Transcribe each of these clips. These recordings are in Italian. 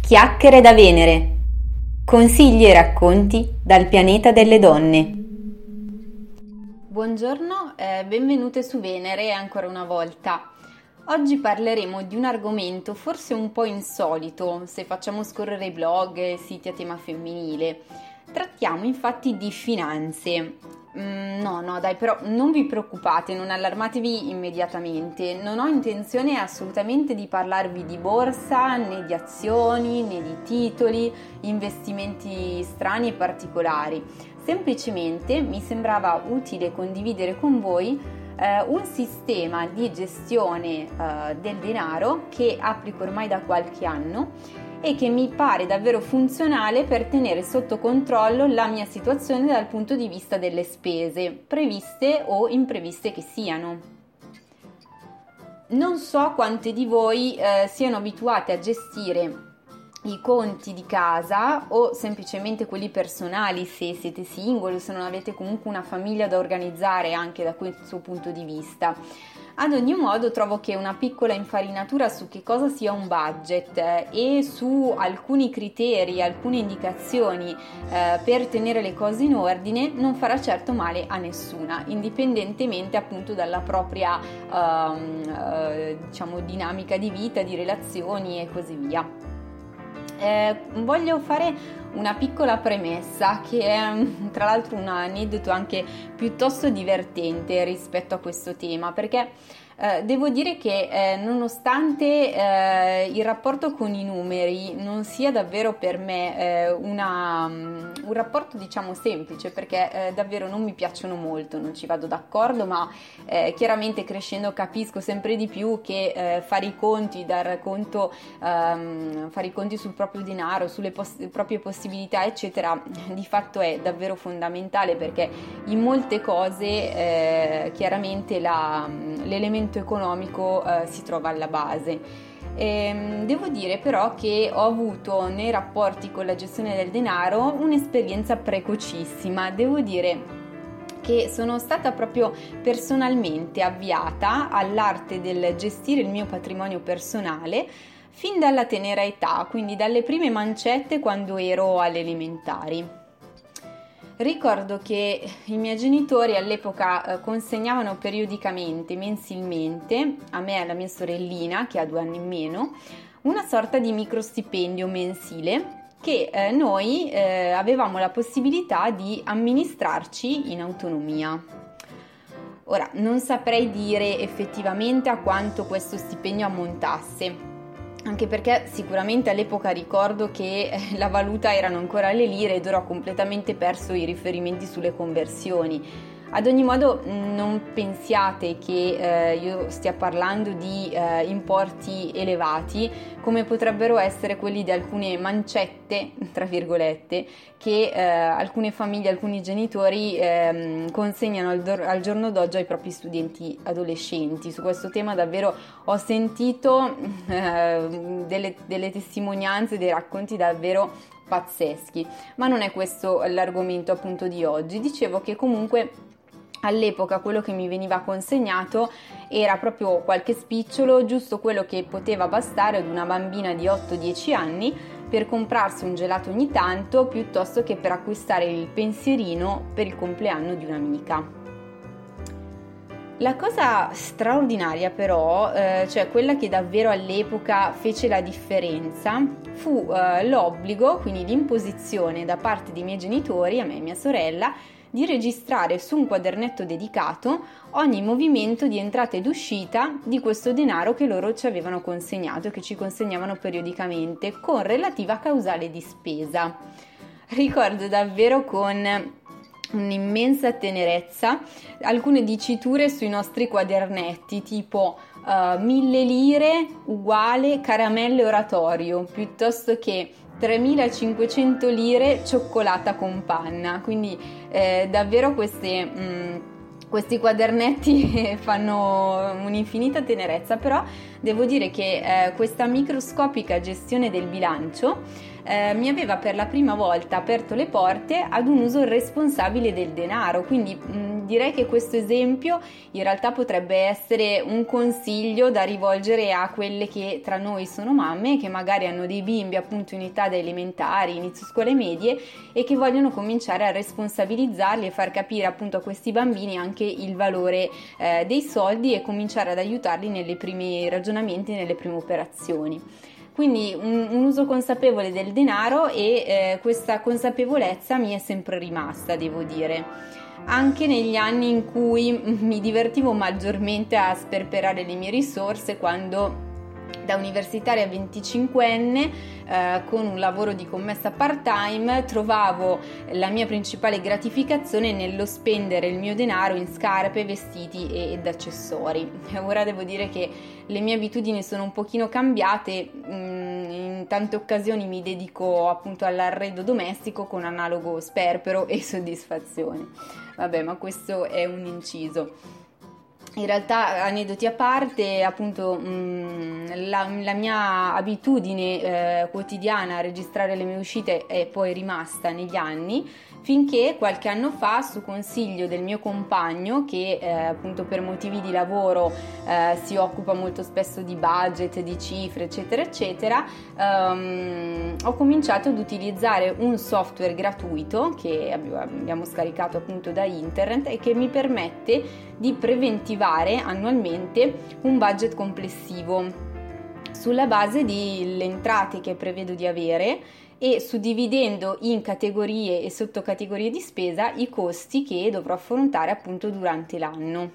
Chiacchiere da Venere. Consigli e racconti dal pianeta delle donne. Buongiorno, benvenute su Venere ancora una volta. Oggi parleremo di un argomento forse un po' insolito se facciamo scorrere i blog e siti a tema femminile. Trattiamo infatti di finanze. No, dai, però non vi preoccupate, non allarmatevi immediatamente. Non ho intenzione assolutamente di parlarvi di borsa, né di azioni, né di titoli, investimenti strani e particolari. Semplicemente mi sembrava utile condividere con voi un sistema di gestione del denaro che applico ormai da qualche anno e che mi pare davvero funzionale per tenere sotto controllo la mia situazione dal punto di vista delle spese, previste o impreviste che siano. Non so quante di voi siano abituate a gestire i conti di casa o semplicemente quelli personali se siete singoli o se non avete comunque una famiglia da organizzare anche da questo punto di vista. Ad ogni modo trovo che una piccola infarinatura su che cosa sia un budget e su alcuni criteri, alcune indicazioni per tenere le cose in ordine non farà certo male a nessuna, indipendentemente appunto dalla propria dinamica di vita, di relazioni e così via. Voglio fare una piccola premessa che è tra l'altro un aneddoto anche piuttosto divertente rispetto a questo tema, perché devo dire che nonostante il rapporto con i numeri non sia davvero per me un rapporto diciamo semplice, perché davvero non mi piacciono molto, non ci vado d'accordo, ma chiaramente crescendo capisco sempre di più che fare i conti, fare i conti sul proprio denaro, sulle proprie possibilità eccetera, di fatto è davvero fondamentale, perché in molte cose chiaramente l'elemento economico si trova alla base. Devo dire però che ho avuto nei rapporti con la gestione del denaro un'esperienza precocissima. Devo dire che sono stata proprio personalmente avviata all'arte del gestire il mio patrimonio personale fin dalla tenera età, quindi dalle prime mancette quando ero alle elementari. Ricordo che i miei genitori all'epoca consegnavano periodicamente, mensilmente, a me e alla mia sorellina, che ha 2 anni in meno, una sorta di microstipendio mensile che noi avevamo la possibilità di amministrarci in autonomia. Ora, non saprei dire effettivamente a quanto questo stipendio ammontasse, anche perché sicuramente all'epoca ricordo che la valuta erano ancora le lire ed ora ho completamente perso i riferimenti sulle conversioni. Ad ogni modo non pensiate che io stia parlando di importi elevati come potrebbero essere quelli di alcune mancette, tra virgolette, che alcune famiglie, alcuni genitori consegnano al giorno d'oggi ai propri studenti adolescenti. Su questo tema davvero ho sentito delle testimonianze, dei racconti davvero pazzeschi, ma non è questo l'argomento appunto di oggi. Dicevo che comunque all'epoca quello che mi veniva consegnato era proprio qualche spicciolo, giusto quello che poteva bastare ad una bambina di 8-10 anni per comprarsi un gelato ogni tanto, piuttosto che per acquistare il pensierino per il compleanno di un'amica. La cosa straordinaria però, cioè quella che davvero all'epoca fece la differenza, fu l'obbligo, quindi l'imposizione da parte dei miei genitori, a me e mia sorella, di registrare su un quadernetto dedicato ogni movimento di entrata ed uscita di questo denaro che loro ci avevano consegnato e che ci consegnavano periodicamente, con relativa causale di spesa. Ricordo davvero con un'immensa tenerezza alcune diciture sui nostri quadernetti, tipo 1000 lire uguale caramelle oratorio, piuttosto che 3.500 lire cioccolata con panna. Quindi davvero questi quadernetti fanno un'infinita tenerezza, però devo dire che questa microscopica gestione del bilancio mi aveva per la prima volta aperto le porte ad un uso responsabile del denaro, quindi direi che questo esempio in realtà potrebbe essere un consiglio da rivolgere a quelle che tra noi sono mamme, che magari hanno dei bimbi appunto in età da elementari, inizio scuole medie, e che vogliono cominciare a responsabilizzarli e far capire appunto a questi bambini anche il valore dei soldi e cominciare ad aiutarli nei primi ragionamenti, nelle prime operazioni. Quindi un uso consapevole del denaro, e questa consapevolezza mi è sempre rimasta, devo dire, anche negli anni in cui mi divertivo maggiormente a sperperare le mie risorse, quando da universitaria 25enne con un lavoro di commessa part-time trovavo la mia principale gratificazione nello spendere il mio denaro in scarpe, vestiti ed accessori. Ora devo dire che le mie abitudini sono un pochino cambiate, in tante occasioni mi dedico appunto all'arredo domestico con analogo sperpero e soddisfazione. Vabbè, ma questo è un inciso. In realtà, aneddoti a parte, appunto la mia abitudine quotidiana a registrare le mie uscite è poi rimasta negli anni, finché qualche anno fa, su consiglio del mio compagno, che appunto per motivi di lavoro si occupa molto spesso di budget, di cifre, eccetera eccetera, ho cominciato ad utilizzare un software gratuito che abbiamo scaricato appunto da internet e che mi permette di preventivare annualmente un budget complessivo sulla base delle entrate che prevedo di avere e suddividendo in categorie e sottocategorie di spesa i costi che dovrò affrontare appunto durante l'anno.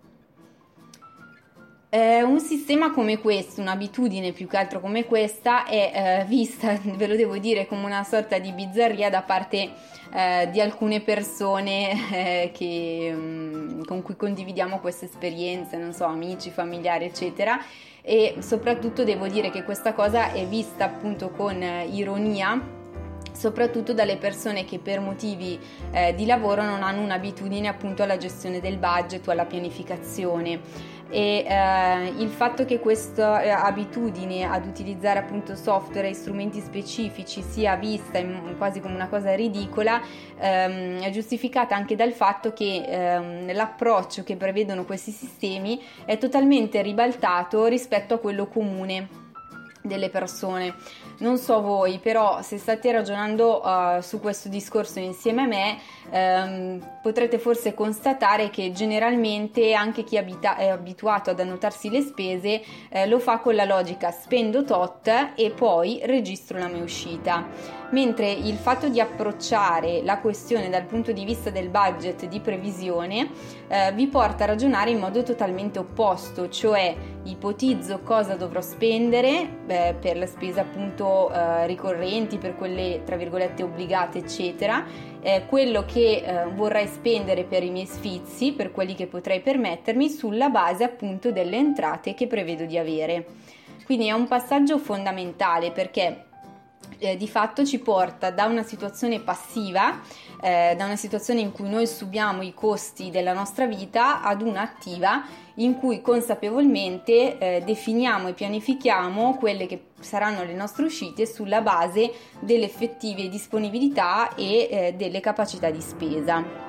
Un sistema come questo, un'abitudine più che altro come questa, è vista, ve lo devo dire, come una sorta di bizzarria da parte di alcune persone con cui condividiamo queste esperienze, non so, amici, familiari, eccetera. E soprattutto devo dire che questa cosa è vista appunto con ironia, soprattutto dalle persone che per motivi di lavoro non hanno un'abitudine appunto alla gestione del budget o alla pianificazione. E il fatto che questa abitudine ad utilizzare appunto software e strumenti specifici sia vista quasi come una cosa ridicola è giustificata anche dal fatto che l'approccio che prevedono questi sistemi è totalmente ribaltato rispetto a quello comune delle persone. Non so voi, però se state ragionando su questo discorso insieme a me, potrete forse constatare che generalmente anche chi è abituato ad annotarsi le spese lo fa con la logica: spendo tot e poi registro la mia uscita, mentre il fatto di approcciare la questione dal punto di vista del budget di previsione vi porta a ragionare in modo totalmente opposto, cioè ipotizzo cosa dovrò spendere per le spese appunto ricorrenti, per quelle tra virgolette obbligate eccetera, quello che vorrei spendere per i miei sfizi, per quelli che potrei permettermi, sulla base appunto delle entrate che prevedo di avere. Quindi è un passaggio fondamentale, perché di fatto ci porta da una situazione passiva, da una situazione in cui noi subiamo i costi della nostra vita, ad una attiva in cui consapevolmente definiamo e pianifichiamo quelle che saranno le nostre uscite sulla base delle effettive disponibilità e delle capacità di spesa.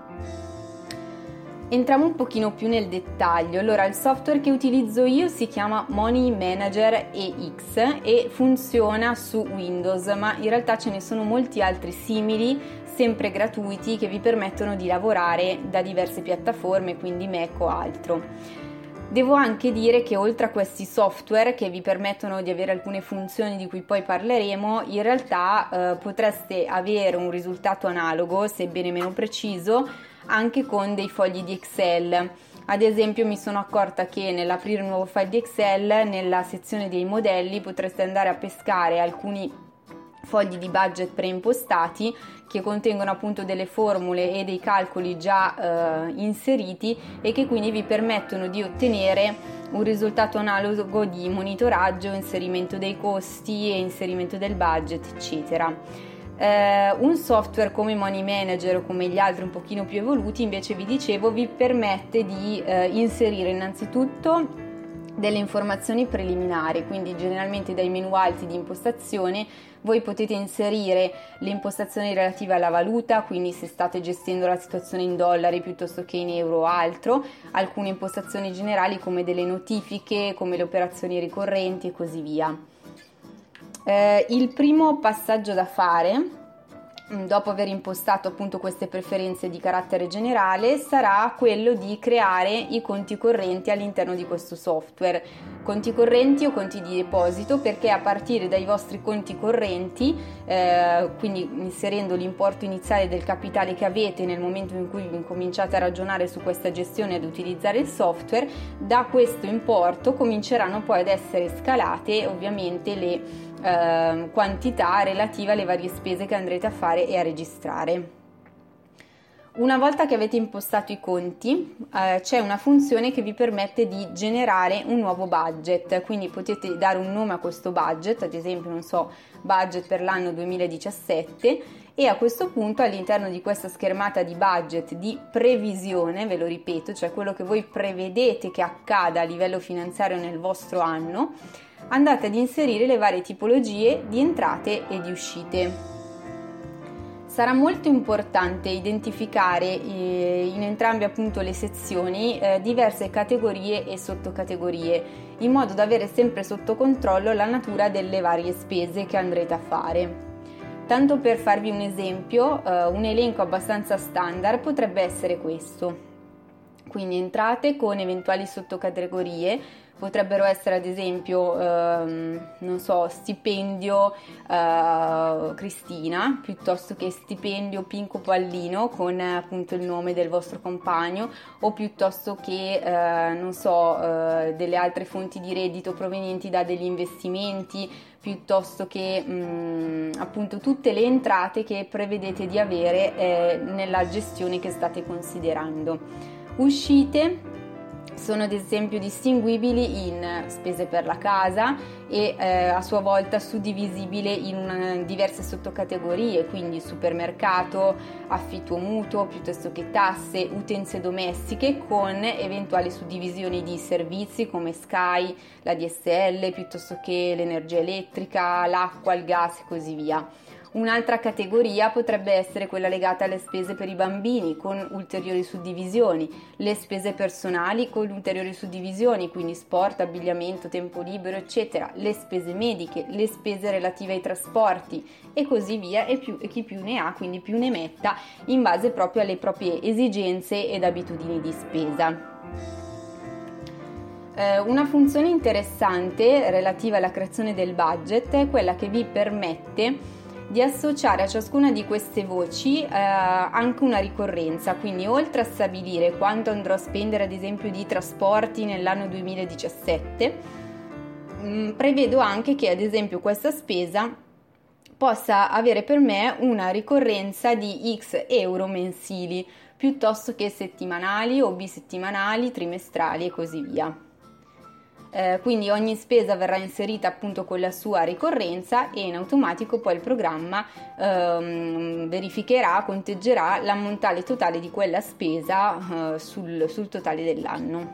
Entriamo un pochino più nel dettaglio. Allora, il software che utilizzo io si chiama Money Manager EX e funziona su Windows, ma in realtà ce ne sono molti altri simili, sempre gratuiti, che vi permettono di lavorare da diverse piattaforme, quindi Mac o altro. Devo anche dire che oltre a questi software che vi permettono di avere alcune funzioni di cui poi parleremo, in realtà potreste avere un risultato analogo, sebbene meno preciso, anche con dei fogli di Excel. Ad esempio, mi sono accorta che nell'aprire un nuovo file di Excel, nella sezione dei modelli, potreste andare a pescare alcuni fogli di budget preimpostati che contengono appunto delle formule e dei calcoli già inseriti e che quindi vi permettono di ottenere un risultato analogo di monitoraggio, inserimento dei costi e inserimento del budget, eccetera. Un software come Money Manager o come gli altri un pochino più evoluti, invece, vi dicevo, vi permette di inserire innanzitutto delle informazioni preliminari, quindi generalmente dai menu alti di impostazione voi potete inserire le impostazioni relative alla valuta, quindi se state gestendo la situazione in dollari piuttosto che in euro o altro, alcune impostazioni generali come delle notifiche, come le operazioni ricorrenti e così via. Il primo passaggio da fare, dopo aver impostato appunto queste preferenze di carattere generale, sarà quello di creare i conti correnti all'interno di questo software. Conti correnti o conti di deposito, perché a partire dai vostri conti correnti, quindi inserendo l'importo iniziale del capitale che avete nel momento in cui cominciate a ragionare su questa gestione e ad utilizzare il software, da questo importo cominceranno poi ad essere scalate ovviamente le quantità relative alle varie spese che andrete a fare e a registrare. Una volta che avete impostato i conti, c'è una funzione che vi permette di generare un nuovo budget, quindi potete dare un nome a questo budget, ad esempio, non so, budget per l'anno 2017, e a questo punto all'interno di questa schermata di budget di previsione, ve lo ripeto, cioè quello che voi prevedete che accada a livello finanziario nel vostro anno, andate ad inserire le varie tipologie di entrate e di uscite. Sarà molto importante identificare in entrambe appunto le sezioni diverse categorie e sottocategorie, in modo da avere sempre sotto controllo la natura delle varie spese che andrete a fare. Tanto per farvi un esempio, un elenco abbastanza standard potrebbe essere questo. Quindi entrate con eventuali sottocategorie, potrebbero essere ad esempio, non so, stipendio Cristina, piuttosto che stipendio Pinco Pallino con appunto il nome del vostro compagno, o piuttosto che, non so, delle altre fonti di reddito provenienti da degli investimenti, piuttosto che appunto tutte le entrate che prevedete di avere nella gestione che state considerando. Uscite sono ad esempio distinguibili in spese per la casa e a sua volta suddivisibili in diverse sottocategorie, quindi supermercato, affitto mutuo, piuttosto che tasse, utenze domestiche, con eventuali suddivisioni di servizi come Sky, la DSL, piuttosto che l'energia elettrica, l'acqua, il gas e così via. Un'altra categoria potrebbe essere quella legata alle spese per i bambini con ulteriori suddivisioni, le spese personali con ulteriori suddivisioni, quindi sport, abbigliamento, tempo libero, eccetera, le spese mediche, le spese relative ai trasporti e così via, e chi più ne ha, quindi più ne metta, in base proprio alle proprie esigenze ed abitudini di spesa. Una funzione interessante relativa alla creazione del budget è quella che vi permette di associare a ciascuna di queste voci anche una ricorrenza, quindi oltre a stabilire quanto andrò a spendere ad esempio di trasporti nell'anno 2017, prevedo anche che ad esempio questa spesa possa avere per me una ricorrenza di X euro mensili, piuttosto che settimanali o bisettimanali, trimestrali e così via. Quindi ogni spesa verrà inserita appunto con la sua ricorrenza e in automatico poi il programma verificherà, conteggerà l'ammontare totale di quella spesa sul totale dell'anno.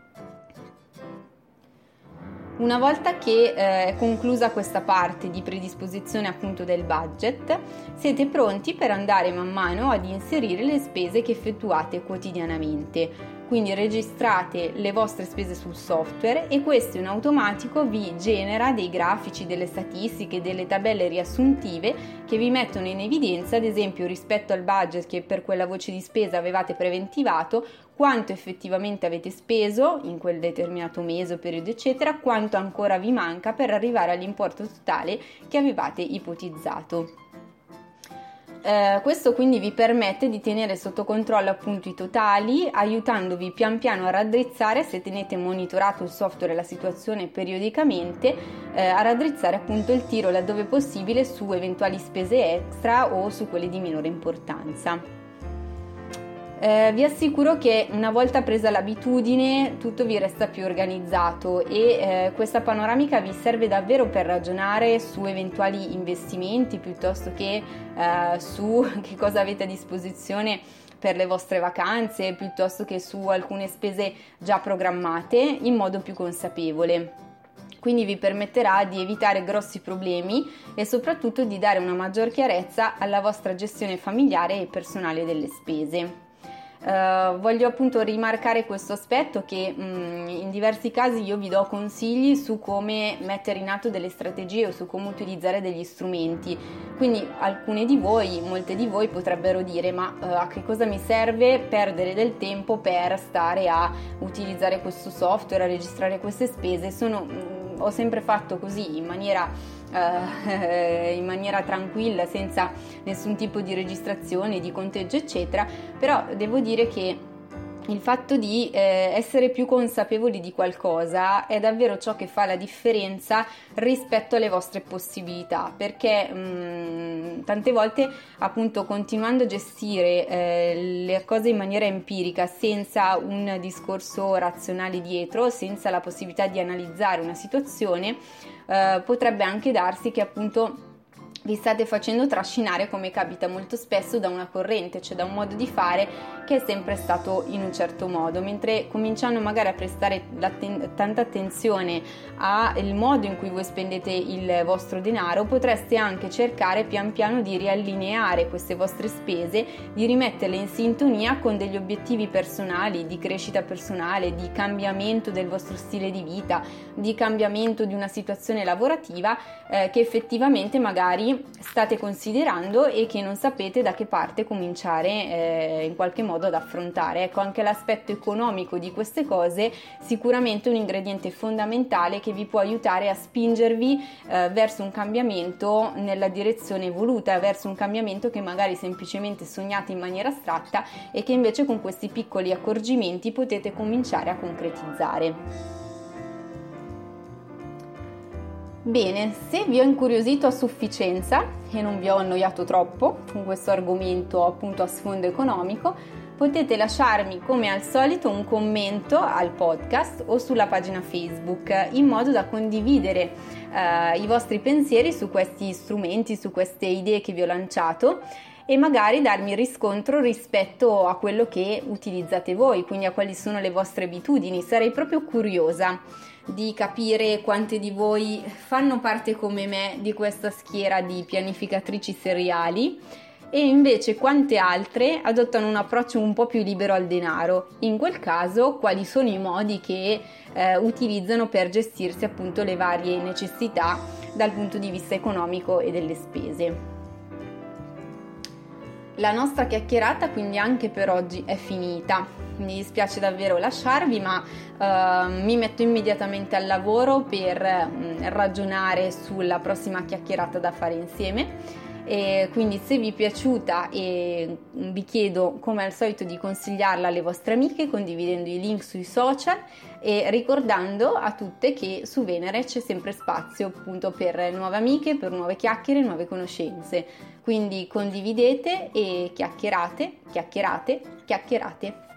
Una volta che è conclusa questa parte di predisposizione appunto del budget, siete pronti per andare man mano ad inserire le spese che effettuate quotidianamente. Quindi registrate le vostre spese sul software e questo in automatico vi genera dei grafici, delle statistiche, delle tabelle riassuntive che vi mettono in evidenza, ad esempio rispetto al budget che per quella voce di spesa avevate preventivato, quanto effettivamente avete speso in quel determinato mese o periodo eccetera, quanto ancora vi manca per arrivare all'importo totale che avevate ipotizzato. Questo quindi vi permette di tenere sotto controllo appunto i totali, aiutandovi pian piano a raddrizzare, se tenete monitorato il software e la situazione periodicamente, a raddrizzare appunto il tiro laddove possibile su eventuali spese extra o su quelle di minore importanza. Vi assicuro che una volta presa l'abitudine tutto vi resta più organizzato e questa panoramica vi serve davvero per ragionare su eventuali investimenti piuttosto che su che cosa avete a disposizione per le vostre vacanze piuttosto che su alcune spese già programmate in modo più consapevole. Quindi vi permetterà di evitare grossi problemi e soprattutto di dare una maggior chiarezza alla vostra gestione familiare e personale delle spese. Voglio appunto rimarcare questo aspetto che in diversi casi io vi do consigli su come mettere in atto delle strategie o su come utilizzare degli strumenti, quindi molte di voi potrebbero dire ma a che cosa mi serve perdere del tempo per stare a utilizzare questo software, a registrare queste spese? Ho sempre fatto così in maniera tranquilla, senza nessun tipo di registrazione, di conteggio eccetera, però devo dire che il fatto di essere più consapevoli di qualcosa è davvero ciò che fa la differenza rispetto alle vostre possibilità, perché tante volte appunto continuando a gestire le cose in maniera empirica senza un discorso razionale dietro, senza la possibilità di analizzare una situazione, potrebbe anche darsi che appunto vi state facendo trascinare, come capita molto spesso, da una corrente, cioè da un modo di fare che è sempre stato in un certo modo, mentre cominciando magari a prestare tanta attenzione al modo in cui voi spendete il vostro denaro, potreste anche cercare pian piano di riallineare queste vostre spese, di rimetterle in sintonia con degli obiettivi personali, di crescita personale, di cambiamento del vostro stile di vita, di cambiamento di una situazione lavorativa che effettivamente magari state considerando e che non sapete da che parte cominciare in qualche modo ad affrontare. Ecco, anche l'aspetto economico di queste cose sicuramente è un ingrediente fondamentale che vi può aiutare a spingervi verso un cambiamento nella direzione voluta, verso un cambiamento che magari semplicemente sognate in maniera astratta e che invece con questi piccoli accorgimenti potete cominciare a concretizzare. Bene, se vi ho incuriosito a sufficienza e non vi ho annoiato troppo con questo argomento appunto a sfondo economico, potete lasciarmi come al solito un commento al podcast o sulla pagina Facebook in modo da condividere i vostri pensieri su questi strumenti, su queste idee che vi ho lanciato e magari darmi riscontro rispetto a quello che utilizzate voi, quindi a quali sono le vostre abitudini. Sarei proprio curiosa di capire quante di voi fanno parte come me di questa schiera di pianificatrici seriali e invece quante altre adottano un approccio un po' più libero al denaro. In quel caso, quali sono i modi che utilizzano per gestirsi appunto le varie necessità dal punto di vista economico e delle spese. La nostra chiacchierata quindi anche per oggi è finita. Mi dispiace davvero lasciarvi, ma mi metto immediatamente al lavoro per ragionare sulla prossima chiacchierata da fare insieme. E quindi se vi è piaciuta vi chiedo come al solito di consigliarla alle vostre amiche condividendo i link sui social e ricordando a tutte che su Venere c'è sempre spazio appunto per nuove amiche, per nuove chiacchiere, nuove conoscenze. Quindi condividete e chiacchierate, chiacchierate, chiacchierate.